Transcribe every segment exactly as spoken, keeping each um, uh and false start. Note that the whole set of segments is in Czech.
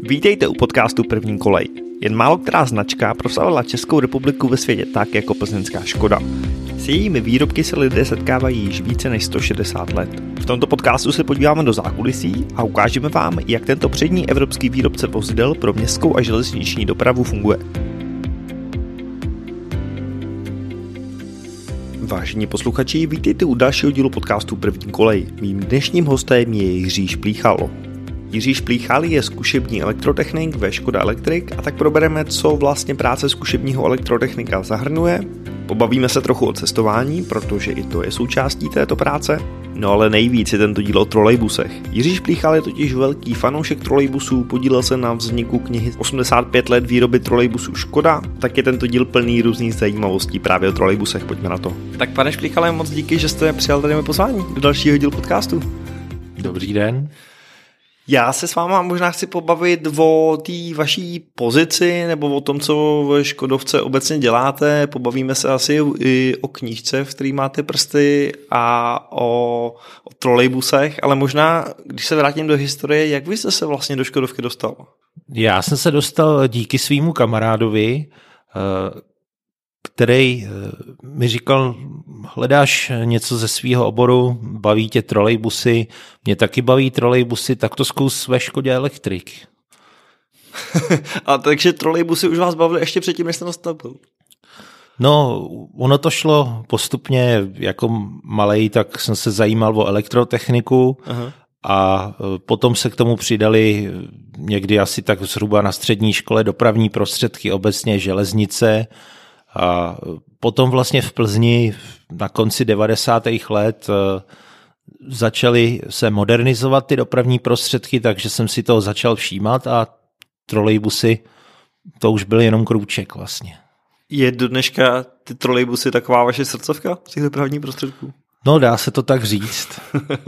Vítejte u podcastu První kolej. Jen málo která značka proslavila Českou republiku ve světě tak jako plzeňská Škoda. S jejími výrobky se lidé setkávají již více než sto šedesát let. V tomto podcastu se podíváme do zákulisí a ukážeme vám, jak tento přední evropský výrobce vozidel pro městskou a železniční dopravu funguje. Vážení posluchači, vítejte u dalšího dílu podcastu První kolej. Mým dnešním hostem je Jiří Šplíchal. Jiří Šplíchal je zkušební elektrotechnik ve Škoda Electric a tak probereme, co vlastně práce zkušebního elektrotechnika zahrnuje. Pobavíme se trochu o cestování, protože i to je součástí této práce. No ale nejvíc je tento díl o trolejbusech. Jiří Šplíchal je totiž velký fanoušek trolejbusů, podílel se na vzniku knihy osmdesát pět let výroby trolejbusů Škoda, tak je tento díl plný různých zajímavostí právě o trolejbusech, pojďme na to. Tak pane Šplíchale, moc díky, že jste přijal tady mé pozvání do dalšího dílu podcastu. Dobrý den. Já se s váma možná chci pobavit o té vaší pozici nebo o tom, co ve Škodovce obecně děláte. Pobavíme se asi i o knížce, v které máte prsty, a o, o trolejbusech, ale možná, když se vrátím do historie, jak vy jste se vlastně do Škodovky dostal? Já jsem se dostal díky svýmu kamarádovi, který mi říkal, hledáš něco ze svýho oboru, baví tě trolejbusy, mě taky baví trolejbusy, tak to zkus ve Škodě Electric. A takže trolejbusy už vás bavily ještě předtím, než jste nastavil? No, ono to šlo postupně, jako malej, tak jsem se zajímal o elektrotechniku. Aha. A potom se k tomu přidali někdy asi tak zhruba na střední škole dopravní prostředky, obecně železnice. A potom vlastně v Plzni na konci devadesátých let začaly se modernizovat ty dopravní prostředky, takže jsem si toho začal všímat a trolejbusy, to už byl jenom krůček vlastně. Je do dneška ty trolejbusy taková vaše srdcovka těch dopravních prostředků? No, dá se to tak říct.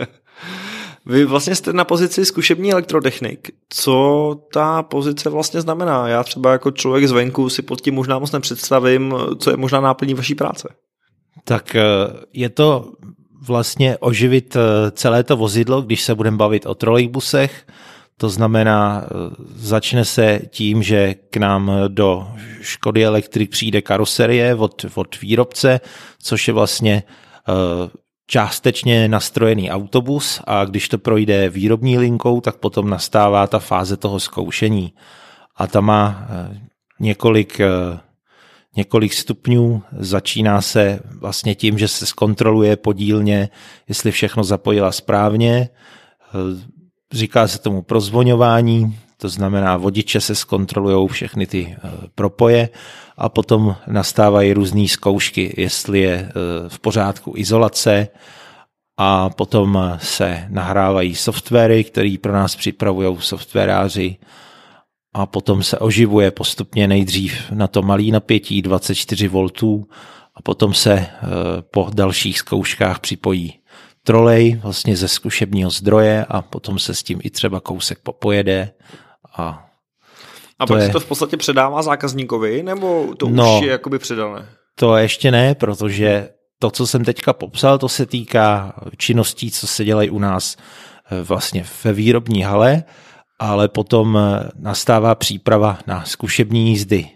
Vy vlastně jste na pozici zkušební elektrotechnik. Co ta pozice vlastně znamená? Já třeba jako člověk zvenku si pod tím možná moc nepředstavím, co je možná náplní vaší práce. Tak je to vlastně oživit celé to vozidlo, když se budeme bavit o trolejbusech. To znamená, začne se tím, že k nám do Škody Electric přijde karoserie od, od výrobce, což je vlastně částečně nastrojený autobus, a když to projde výrobní linkou, tak potom nastává ta fáze toho zkoušení. A ta má několik, několik stupňů. Začíná se vlastně tím, že se zkontroluje podílně, jestli všechno zapojila správně. Říká se tomu prozvoňování, to znamená, vodiče se zkontrolujou všechny ty propoje a potom nastávají různé zkoušky, jestli je v pořádku izolace, a potom se nahrávají softwary, které pro nás připravují softwaráři, a potom se oživuje postupně nejdřív na to malé napětí dvacet čtyři voltů a potom se po dalších zkouškách připojí trolej vlastně ze zkušebního zdroje a potom se s tím i třeba kousek popojede. A, a pak je... se to v podstatě předává zákazníkovi, nebo to no, už je jakoby předané? To ještě ne, protože to, co jsem teďka popsal, to se týká činností, co se dělají u nás vlastně ve výrobní hale, ale potom nastává příprava na zkušební jízdy.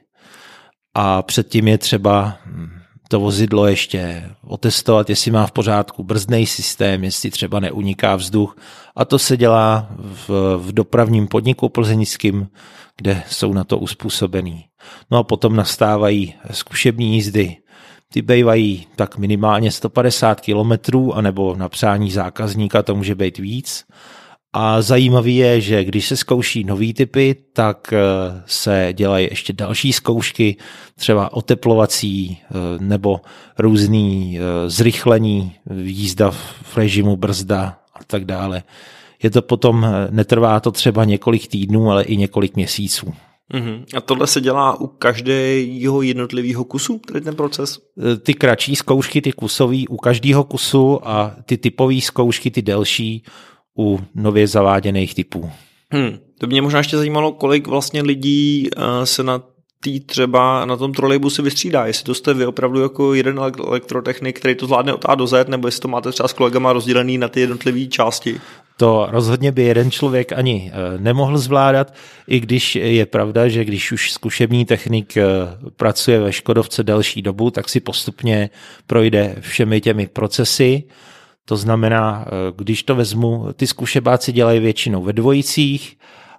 A předtím je třeba to vozidlo ještě otestovat, jestli má v pořádku brzdný systém, jestli třeba neuniká vzduch. A to se dělá v, v dopravním podniku plzeňským, kde jsou na to uspůsobený. No a potom nastávají zkušební jízdy. Ty bývají tak minimálně sto padesát kilometrů, anebo na přání zákazníka to může být víc. A zajímavý je, že když se zkouší nový typy, tak se dělají ještě další zkoušky, třeba oteplovací nebo různý zrychlení, jízda v režimu brzda a tak dále. Je to potom, netrvá to třeba několik týdnů, ale i několik měsíců. Uhum. A tohle se dělá u každého jednotlivého kusu, tedy ten proces? Ty kratší zkoušky, ty kusový u každého kusu, a ty typové zkoušky, ty delší, u nově zaváděných typů. Hmm. To mě možná ještě zajímalo, kolik vlastně lidí uh, se na tý třeba na tom trolejbusu vystřídá. Jestli to jste vy opravdu jako jeden elektrotechnik, který to zvládne od A do Z, nebo jestli to máte třeba s kolegama rozdělený na ty jednotlivé části? To rozhodně by jeden člověk ani nemohl zvládat, i když je pravda, že když už zkušební technik pracuje ve Škodovce delší dobu, tak si postupně projde všemi těmi procesy. To znamená, když to vezmu, ty zkušebáci dělají většinou ve dvojicích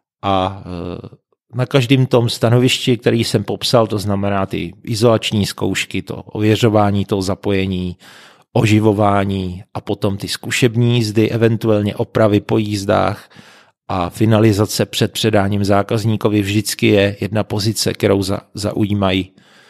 a na každém tom stanovišti, který jsem popsal, to znamená ty izolační zkoušky, to ověřování toho zapojení, oživování a potom ty zkušební jízdy, eventuálně opravy po jízdách a finalizace před předáním zákazníkovi vždycky je jedna pozice, kterou za, zaujímají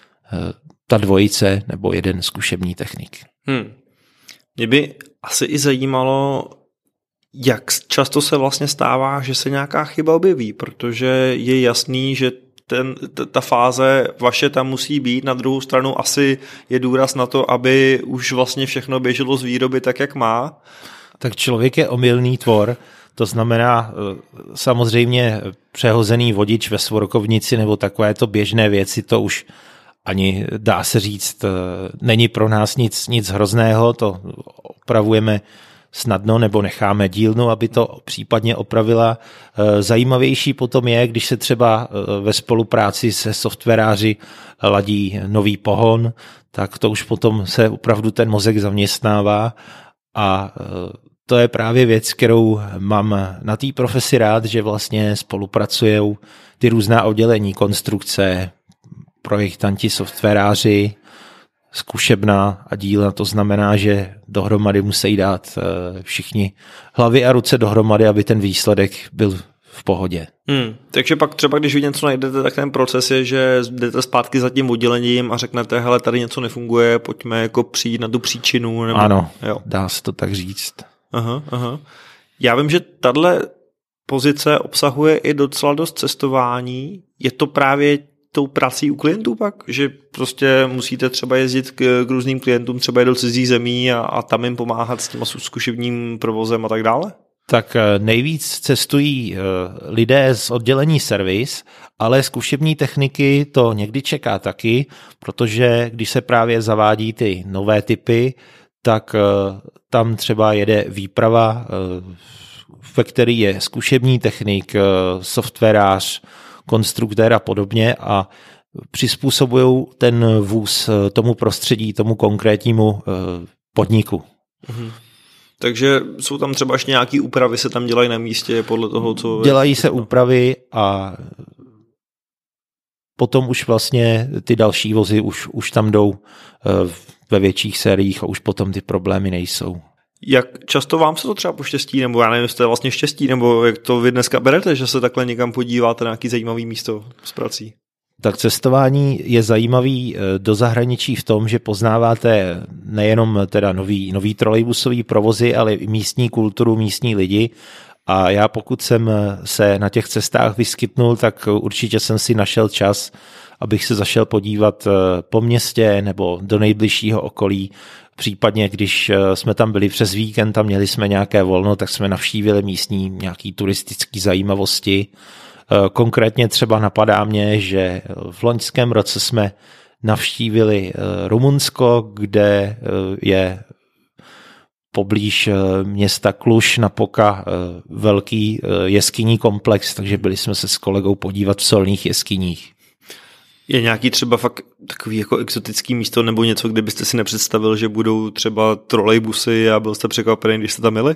ta dvojice nebo jeden zkušební technik. Hmm. Mě by asi i zajímalo, jak často se vlastně stává, že se nějaká chyba objeví, protože je jasný, že ten, ta fáze vaše tam musí být, na druhou stranu asi je důraz na to, aby už vlastně všechno běželo z výroby tak, jak má. Tak člověk je omylný tvor, to znamená samozřejmě přehozený vodič ve svorkovnici nebo takovéto běžné věci, to už ani dá se říct, není pro nás nic, nic hrozného, to opravujeme snadno nebo necháme dílnu, aby to případně opravila. Zajímavější potom je, když se třeba ve spolupráci se softwaráři ladí nový pohon, tak to už potom se opravdu ten mozek zaměstnává a to je právě věc, kterou mám na té profesi rád, že vlastně spolupracují ty různá oddělení, konstrukce, projektanti, softwaráři, zkušebna a dílna, to znamená, že dohromady musí dát všichni hlavy a ruce dohromady, aby ten výsledek byl v pohodě. Hmm, takže pak třeba, když vy něco najdete, tak ten proces je, že jdete zpátky za tím oddělením a řeknete, hele, tady něco nefunguje, pojďme jako přijít na tu příčinu. Nebo... Ano, jo. Dá se to tak říct. Aha, aha. Já vím, že tahle pozice obsahuje i docela dost cestování. Je to právě tou prací u klientů pak, že prostě musíte třeba jezdit k, k různým klientům, třeba je do cizí zemí a, a tam jim pomáhat s tím zkušebním provozem a tak dále? Tak nejvíc cestují lidé z oddělení servis, ale zkušební techniky to někdy čeká taky, protože když se právě zavádí ty nové typy, tak tam třeba jede výprava, ve který je zkušební technik, softwarář, konstruktér a podobně a přizpůsobují ten vůz tomu prostředí, tomu konkrétnímu podniku. Mhm. Takže jsou tam třeba ještě nějaké úpravy, se tam dělají na místě podle toho, co... Dělají se úpravy a potom už vlastně ty další vozy už, už tam jdou ve větších sériích a už potom ty problémy nejsou. Jak často vám se to třeba poštěstí, nebo já nevím, jestli to je vlastně štěstí, nebo jak to vy dneska berete, že se takhle někam podíváte na nějaký zajímavý místo s prací? Tak cestování je zajímavý do zahraničí v tom, že poznáváte nejenom teda nový, nový trolejbusový provozy, ale i místní kulturu, místní lidi. A já pokud jsem se na těch cestách vyskytnul, tak určitě jsem si našel čas, abych se zašel podívat po městě nebo do nejbližšího okolí. Případně, když jsme tam byli přes víkend a měli jsme nějaké volno, tak jsme navštívili místní nějaký turistické zajímavosti. Konkrétně třeba napadá mě, že v loňském roce jsme navštívili Rumunsko, kde je poblíž města Kluž na Poka velký jeskyní komplex, takže byli jsme se s kolegou podívat v solných jeskyních. Je nějaký třeba fakt takový jako exotický místo nebo něco, kde byste si nepředstavil, že budou třeba trolejbusy a byl jste překvapený, když jste tam jeli?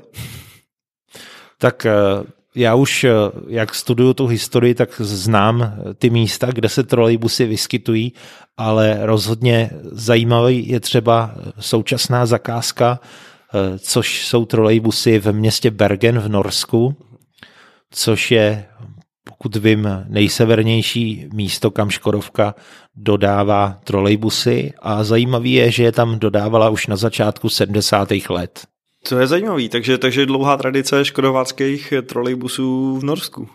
Tak já už, jak studuju tu historii, tak znám ty místa, kde se trolejbusy vyskytují, ale rozhodně zajímavý je třeba současná zakázka, což jsou trolejbusy ve městě Bergen v Norsku, což je, pokud vím, nejsevernější místo, kam Škodovka dodává trolejbusy a zajímavý je, že je tam dodávala už na začátku sedmdesátých let. To je zajímavý, takže, takže dlouhá tradice škodováckých trolejbusů v Norsku.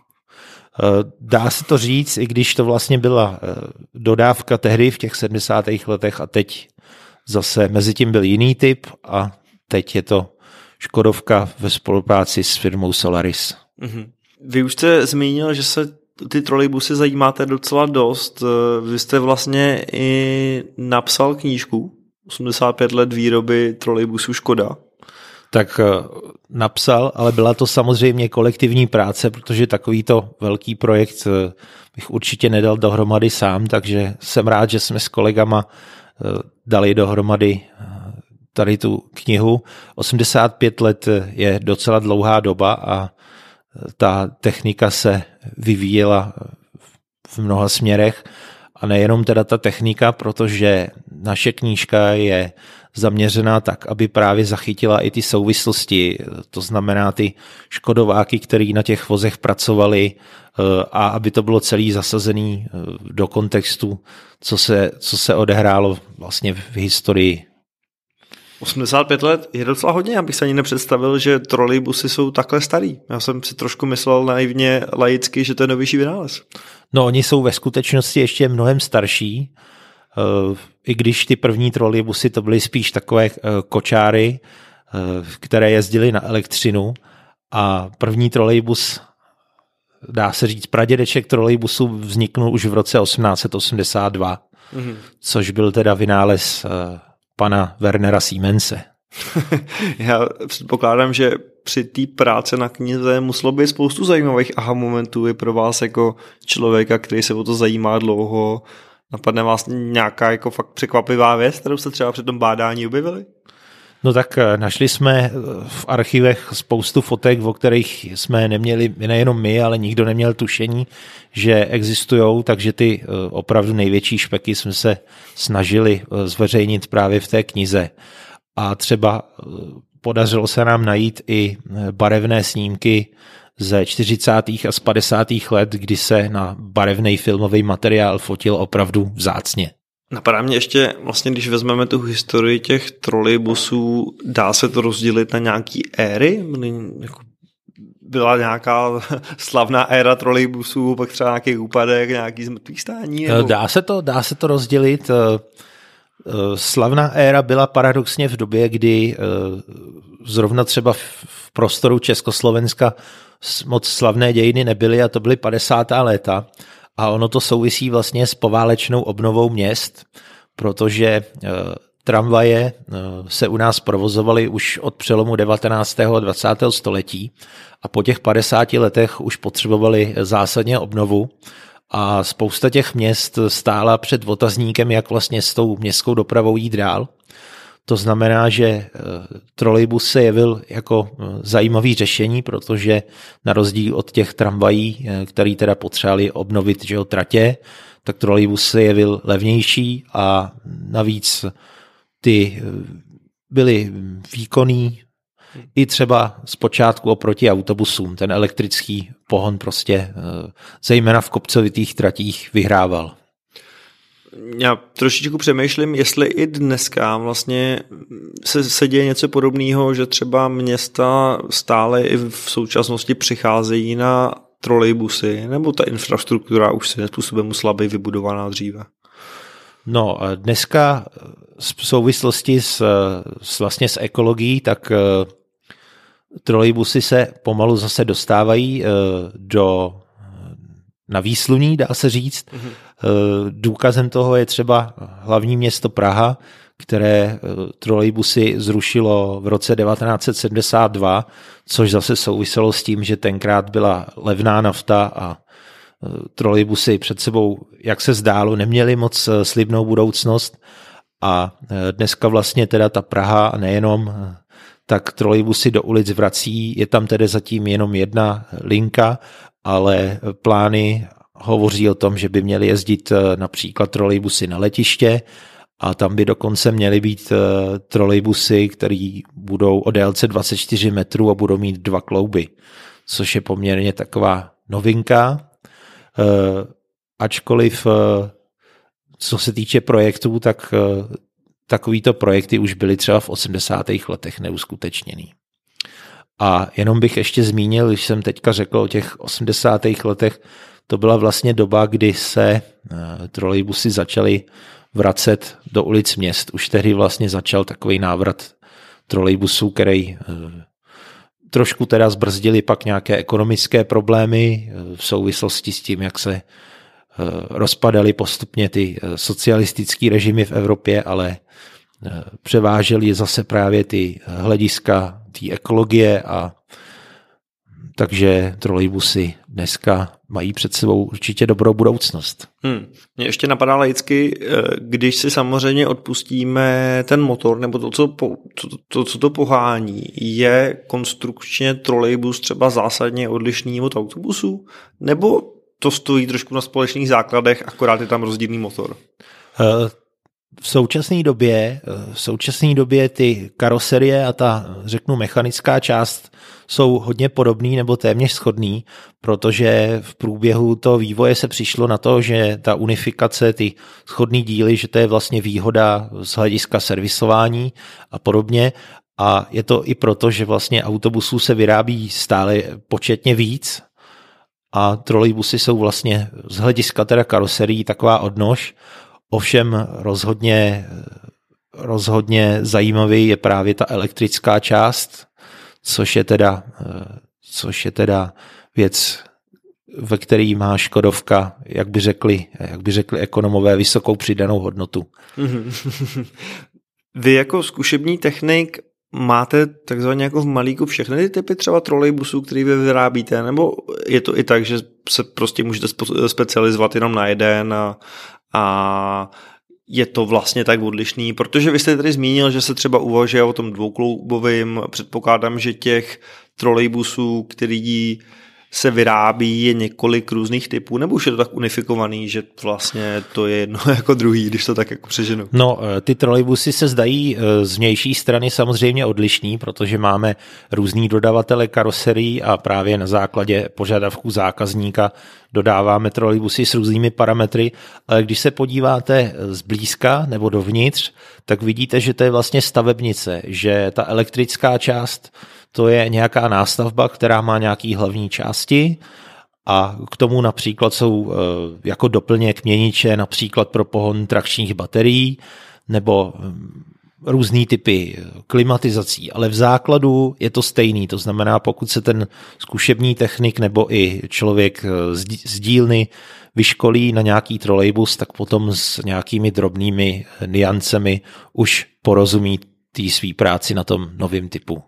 Dá se to říct, i když to vlastně byla dodávka tehdy v těch sedmdesátých letech a teď zase mezi tím byl jiný typ a teď je to Škodovka ve spolupráci s firmou Solaris. Mhm. Vy už jste zmínil, že se ty trolejbusy zajímáte docela dost. Vy jste vlastně i napsal knížku osmdesát pět let výroby trolejbusů Škoda. Tak napsal, ale byla to samozřejmě kolektivní práce, protože takovýto velký projekt bych určitě nedal dohromady sám, takže jsem rád, že jsme s kolegama dali dohromady tady tu knihu. osmdesát pět let je docela dlouhá doba a ta technika se vyvíjela v mnoha směrech a nejenom teda ta technika, protože naše knížka je zaměřená tak, aby právě zachytila i ty souvislosti, to znamená ty škodováky, který na těch vozech pracovali a aby to bylo celý zasazený do kontextu, co se, co se odehrálo vlastně v historii. osmdesát pět let je docela hodně, abych se ani nepředstavil, že trolejbusy jsou takhle starý. Já jsem si trošku myslel naivně laicky, že to je novější vynález. No, oni jsou ve skutečnosti ještě mnohem starší, i když ty první trolejbusy to byly spíš takové kočáry, které jezdily na elektřinu a první trolejbus, dá se říct, pradědeček trolejbusu vzniknul už v roce osmnáct set osmdesát dva, mm-hmm. což byl teda vynález pana Wernera Siemense. Já předpokládám, že při té práci na knize muselo být spoustu zajímavých aha momentů i pro vás jako člověka, který se o to zajímá dlouho. Napadne vás nějaká jako fakt překvapivá věc, kterou jste třeba při tom bádání objevili? No tak našli jsme v archivech spoustu fotek, o kterých jsme neměli nejenom my, ale nikdo neměl tušení, že existujou, takže ty opravdu největší špeky jsme se snažili zveřejnit právě v té knize. A třeba podařilo se nám najít i barevné snímky ze čtyřicátých a z padesátých let, kdy se na barevný filmový materiál fotil opravdu vzácně. Napadá mě ještě, vlastně když vezmeme tu historii těch trolejbusů, dá se to rozdělit na nějaký éry? Byla nějaká slavná éra trolejbusů, pak třeba nějaký úpadek, nějaký zmrtvých stání? Nebo... Dá se to, dá se to rozdělit. Slavná éra byla paradoxně v době, kdy zrovna třeba v prostoru Československa moc slavné dějiny nebyly a to byly padesátá léta. A ono to souvisí vlastně s poválečnou obnovou měst, protože tramvaje se u nás provozovaly už od přelomu devatenáctého a dvacátého století a po těch padesáti letech už potřebovali zásadně obnovu a spousta těch měst stála před otazníkem, jak vlastně s tou městskou dopravou jít dál. To znamená, že trolejbus se jevil jako zajímavý řešení, protože na rozdíl od těch tramvají, který teda potřebovali obnovit, že jo, tratě, tak trolejbus se jevil levnější a navíc ty byly výkonný i třeba zpočátku oproti autobusům. Ten elektrický pohon prostě zejména v kopcovitých tratích vyhrával. Já trošičku přemýšlím, jestli i dneska vlastně se, se děje něco podobného, že třeba města stále i v současnosti přicházejí na trolejbusy, nebo ta infrastruktura už se způsobem musela být vybudovaná dříve? No, dneska v souvislosti s, s vlastně s ekologií, tak trolejbusy se pomalu zase dostávají do na výsluní, dá se říct. Mm-hmm. Důkazem toho je třeba hlavní město Praha, které trolejbusy zrušilo v roce devatenáct set sedmdesát dva, což zase souviselo s tím, že tenkrát byla levná nafta a trolejbusy před sebou, jak se zdálo, neměly moc slibnou budoucnost a dneska vlastně teda ta Praha a nejenom, tak trolejbusy do ulic vrací, je tam tedy zatím jenom jedna linka, ale plány hovoří o tom, že by měly jezdit například trolejbusy na letiště a tam by dokonce měly být trolejbusy, které budou o délce dvacet čtyři metrů a budou mít dva klouby, což je poměrně taková novinka. Ačkoliv co se týče projektů, tak takovýto projekty už byly třeba v osmdesátých letech neuskutečněný. A jenom bych ještě zmínil, když jsem teďka řekl o těch osmdesátých letech, to byla vlastně doba, kdy se trolejbusy začaly vracet do ulic měst. Už tehdy vlastně začal takový návrat trolejbusů, který trošku teda zbrzdili pak nějaké ekonomické problémy v souvislosti s tím, jak se rozpadaly postupně ty socialistické režimy v Evropě, ale převážely zase právě ty hlediska té ekologie, a takže trolejbusy dneska mají před sebou určitě dobrou budoucnost. Hmm. Mě ještě napadá laicky, když si samozřejmě odpustíme ten motor, nebo to, co, po, to, to, co to pohání, je konstrukčně trolejbus třeba zásadně odlišný od autobusu? Nebo to stojí trošku na společných základech, akorát je tam rozdílný motor? V současné době, v současné době ty karoserie a ta, řeknu, mechanická část jsou hodně podobný nebo téměř shodný, protože v průběhu toho vývoje se přišlo na to, že ta unifikace, ty shodný díly, že to je vlastně výhoda z hlediska servisování a podobně. A je to i proto, že vlastně autobusů se vyrábí stále početně víc a trolejbusy jsou vlastně z hlediska teda karoserií taková odnož. Ovšem rozhodně, rozhodně zajímavý je právě ta elektrická část, což je teda, což je teda věc, ve který má Škodovka, jak by řekli, jak by řekli ekonomové, vysokou přidanou hodnotu. Vy jako zkušební technik máte takzvaně jako v malíku všechny ty typy třeba trolejbusů, který vy vyrábíte, nebo je to i tak, že se prostě můžete specializovat jenom na jeden a a je to vlastně tak odlišný, protože vy jste tady zmínil, že se třeba uvažuje o tom dvoukloubovým, předpokládám, že těch trolejbusů, který se vyrábí, je několik různých typů, nebo už je to tak unifikovaný, že vlastně to je jedno jako druhý, když to tak jako přeženu? No, ty trolejbusy se zdají z vnější strany samozřejmě odlišný, protože máme různý dodavatele karoserií a právě na základě požadavků zákazníka dodáváme trolejbusy s různými parametry, ale když se podíváte zblízka nebo dovnitř, tak vidíte, že to je vlastně stavebnice, že ta elektrická část to je nějaká nástavba, která má nějaký hlavní části a k tomu například jsou jako doplněk měniče například pro pohon trakčních baterií nebo různý typy klimatizací, ale v základu je to stejný, to znamená, pokud se ten zkušební technik nebo i člověk z dílny vyškolí na nějaký trolejbus, tak potom s nějakými drobnými niancemi už porozumí té svý práci na tom novém typu.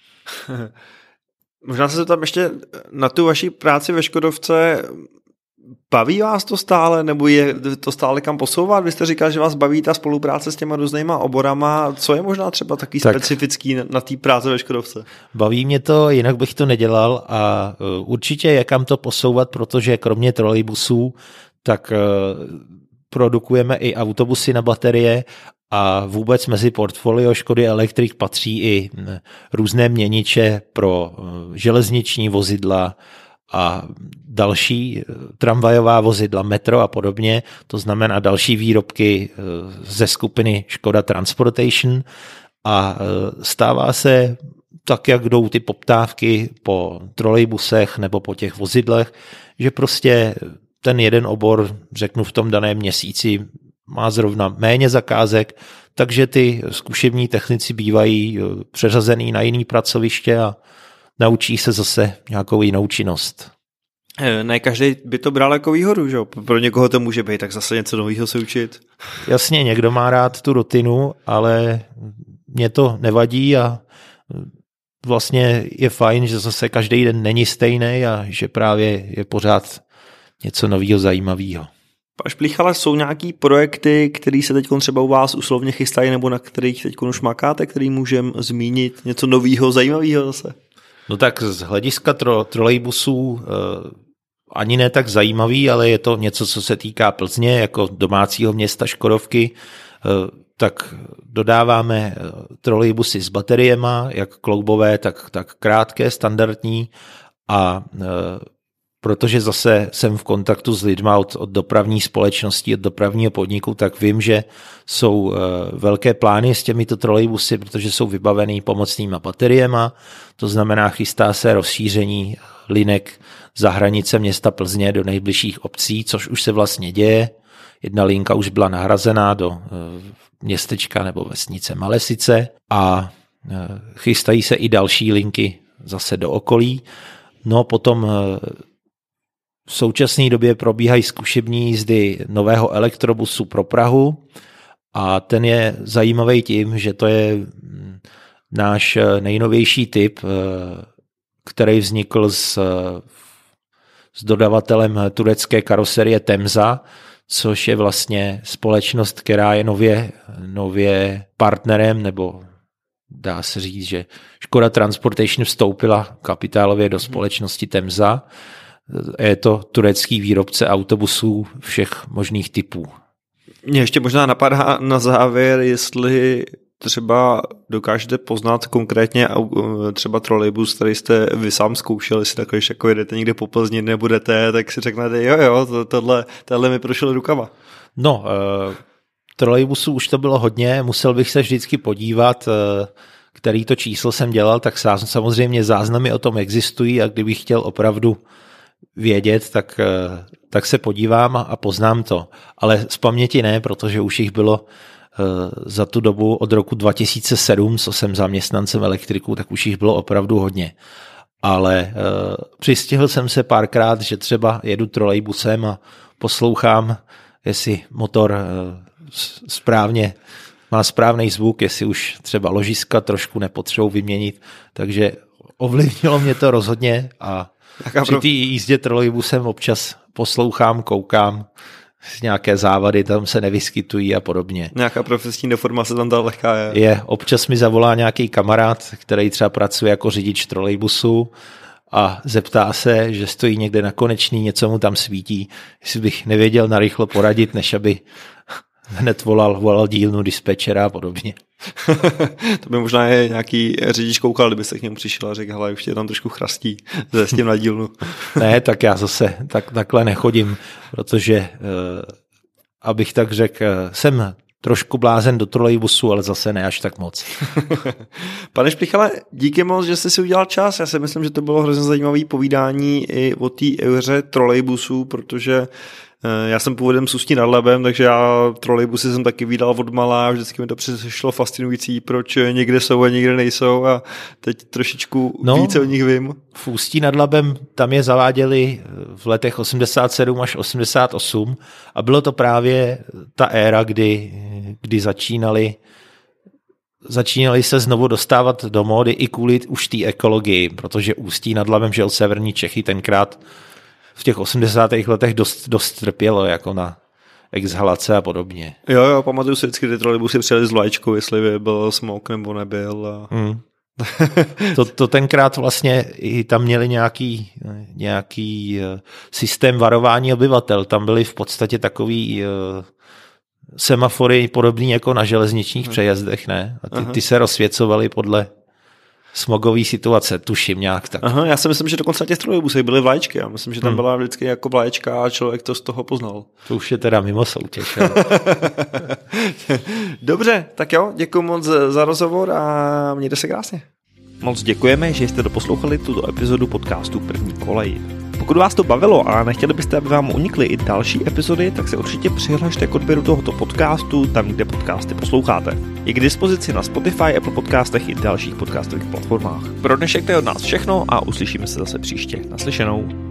Možná se tam ještě na tu vaši práci ve Škodovce. Baví vás to stále, nebo je to stále kam posouvat? Vy jste říkal, že vás baví ta spolupráce s těma různýma oborama. Co je možná třeba takový tak specifický na, na té práce ve Škodovce? Baví mě to, jinak bych to nedělal a určitě je kam to posouvat, protože kromě trolejbusů, tak produkujeme i autobusy na baterie a vůbec mezi portfolio Škody Electric patří i různé měniče pro železniční vozidla a další tramvajová vozidla, metro a podobně, to znamená další výrobky ze skupiny Škoda Transportation a stává se tak, jak jdou ty poptávky po trolejbusech nebo po těch vozidlech, že prostě ten jeden obor, řeknu v tom daném měsíci, má zrovna méně zakázek, takže ty zkušební technici bývají přeřazený na jiný pracoviště a naučí se zase nějakou jinou činnost. Ne každý by to bral jako výhodu, že jo? Pro někoho to může být, tak zase něco nového se učit. Jasně, někdo má rád tu rutinu, ale mě to nevadí a vlastně je fajn, že zase každý den není stejný a že právě je pořád něco nového zajímavého. Páš Plíchale, jsou nějaký projekty, které se teď třeba u vás uslovně chystají nebo na kterých teď už makáte, který můžeme zmínit? Něco nového, zajímavého zase? No tak z hlediska tro, trolejbusů eh, ani ne tak zajímavý, ale je to něco, co se týká Plzně, jako domácího města Škodovky, eh, tak dodáváme trolejbusy s bateriema, jak kloubové, tak, tak krátké, standardní a eh, protože zase jsem v kontaktu s lidma od, od dopravní společnosti, od dopravního podniku, tak vím, že jsou uh, velké plány s těmito trolejbusy, protože jsou vybavený pomocnýma bateriema, to znamená chystá se rozšíření linek za hranice města Plzně do nejbližších obcí, což už se vlastně děje. Jedna linka už byla nahrazená do uh, městečka nebo vesnice Malesice a uh, chystají se i další linky zase do okolí. No potom uh, v současné době probíhají zkušební jízdy nového elektrobusu pro Prahu A ten je zajímavý tím, že to je náš nejnovější typ, který vznikl s, s dodavatelem turecké karoserie Temza, což je vlastně společnost, která je nově, nově partnerem, nebo dá se říct, že Škoda Transportation vstoupila kapitálově do společnosti Temza. Je to turecký výrobce autobusů všech možných typů. Mě ještě možná napadá na závěr, jestli třeba dokážete poznat konkrétně třeba trolejbus, který jste vy sám zkoušel, jestli takhle, když jako jedete někde po Plzni, nebudete, tak si řeknete, jo, jo, to, tohle, tohle mi prošlo rukama. No, uh, trolejbusů už to bylo hodně, musel bych se vždycky podívat, uh, který to číslo jsem dělal, tak samozřejmě záznamy o tom existují a kdybych chtěl opravdu vědět, tak, uh, tak se podívám a poznám to. Ale z paměti ne, protože už jich bylo za tu dobu od roku dva tisíce sedm, co jsem zaměstnancem elektriků, tak už jich bylo opravdu hodně. Ale uh, přistihl jsem se párkrát, že třeba jedu trolejbusem a poslouchám, jestli motor uh, správně má správný zvuk, jestli už třeba ložiska trošku nepotřebují vyměnit, takže ovlivnilo mě to rozhodně a Jaká při té jízdě trolejbusem občas poslouchám, koukám, nějaké závady tam se nevyskytují a podobně. Nějaká profesní deformace tam ta lehká je. Je, občas mi zavolá nějaký kamarád, který třeba pracuje jako řidič trolejbusu a zeptá se, že stojí někde na Konečný, něco mu tam svítí, jestli bych nevěděl narychlo poradit, než aby hned volal, volal dílnu dispečera a podobně. To by možná je nějaký řidič koukal, kdyby se k němu přišel a řekl, hele, už tě tam trošku chrastí, s tím na dílnu. Ne, tak já zase tak, takhle nechodím, protože, eh, abych tak řekl, jsem trošku blázen do trolejbusu, ale zase ne až tak moc. Pane Šplichale, díky moc, že jste si udělal čas. Já si myslím, že to bylo hrozně zajímavé povídání i o té éře trolejbusů, protože já jsem původem z Ústí nad Labem, takže já trolejbusy jsem taky vydal od malá a vždycky mi to přišlo fascinující, proč někde jsou a někde nejsou a teď trošičku no, více o nich vím. V Ústí nad Labem tam je zaváděli v letech osmdesát sedm až osmdesát osm a bylo to právě ta éra, kdy, kdy začínali začínali se znovu dostávat do módy i kvůli už té ekologii, protože Ústí nad Labem, že od severní Čechy tenkrát v těch osmdesátých letech dost, dost trpělo jako na exhalace a podobně. Jo, jo, pamatuju si vždycky, ty trolejbusy přijeli s vlajčkou, jestli byl smog nebo nebyl. A... Hmm. to, to tenkrát vlastně i tam měli nějaký, nějaký systém varování obyvatel. Tam byly v podstatě takový uh, semafory podobný jako na železničních hmm. přejezdech, ne? A ty, ty se rozsvěcovaly podle smogový situace, tuším nějak tak. Aha, já si myslím, že dokonce na těch trolejbusech byly vlajčky. Já myslím, že tam hmm. byla vždycky jako vlajčka a člověk to z toho poznal. To už je teda mimo soutěž. Dobře, tak jo, děkuji moc za rozhovor a mějte se krásně. Moc děkujeme, že jste doposlouchali tuto epizodu podcastu První kolej. Pokud vás to bavilo a nechtěli byste, aby vám unikly i další epizody, tak se určitě přihlašte k odběru tohoto podcastu tam, kde podcasty posloucháte. Je k dispozici na Spotify, Apple Podcastech i dalších podcastových platformách. Pro dnešek to je od nás všechno a uslyšíme se zase příště. Naslyšenou.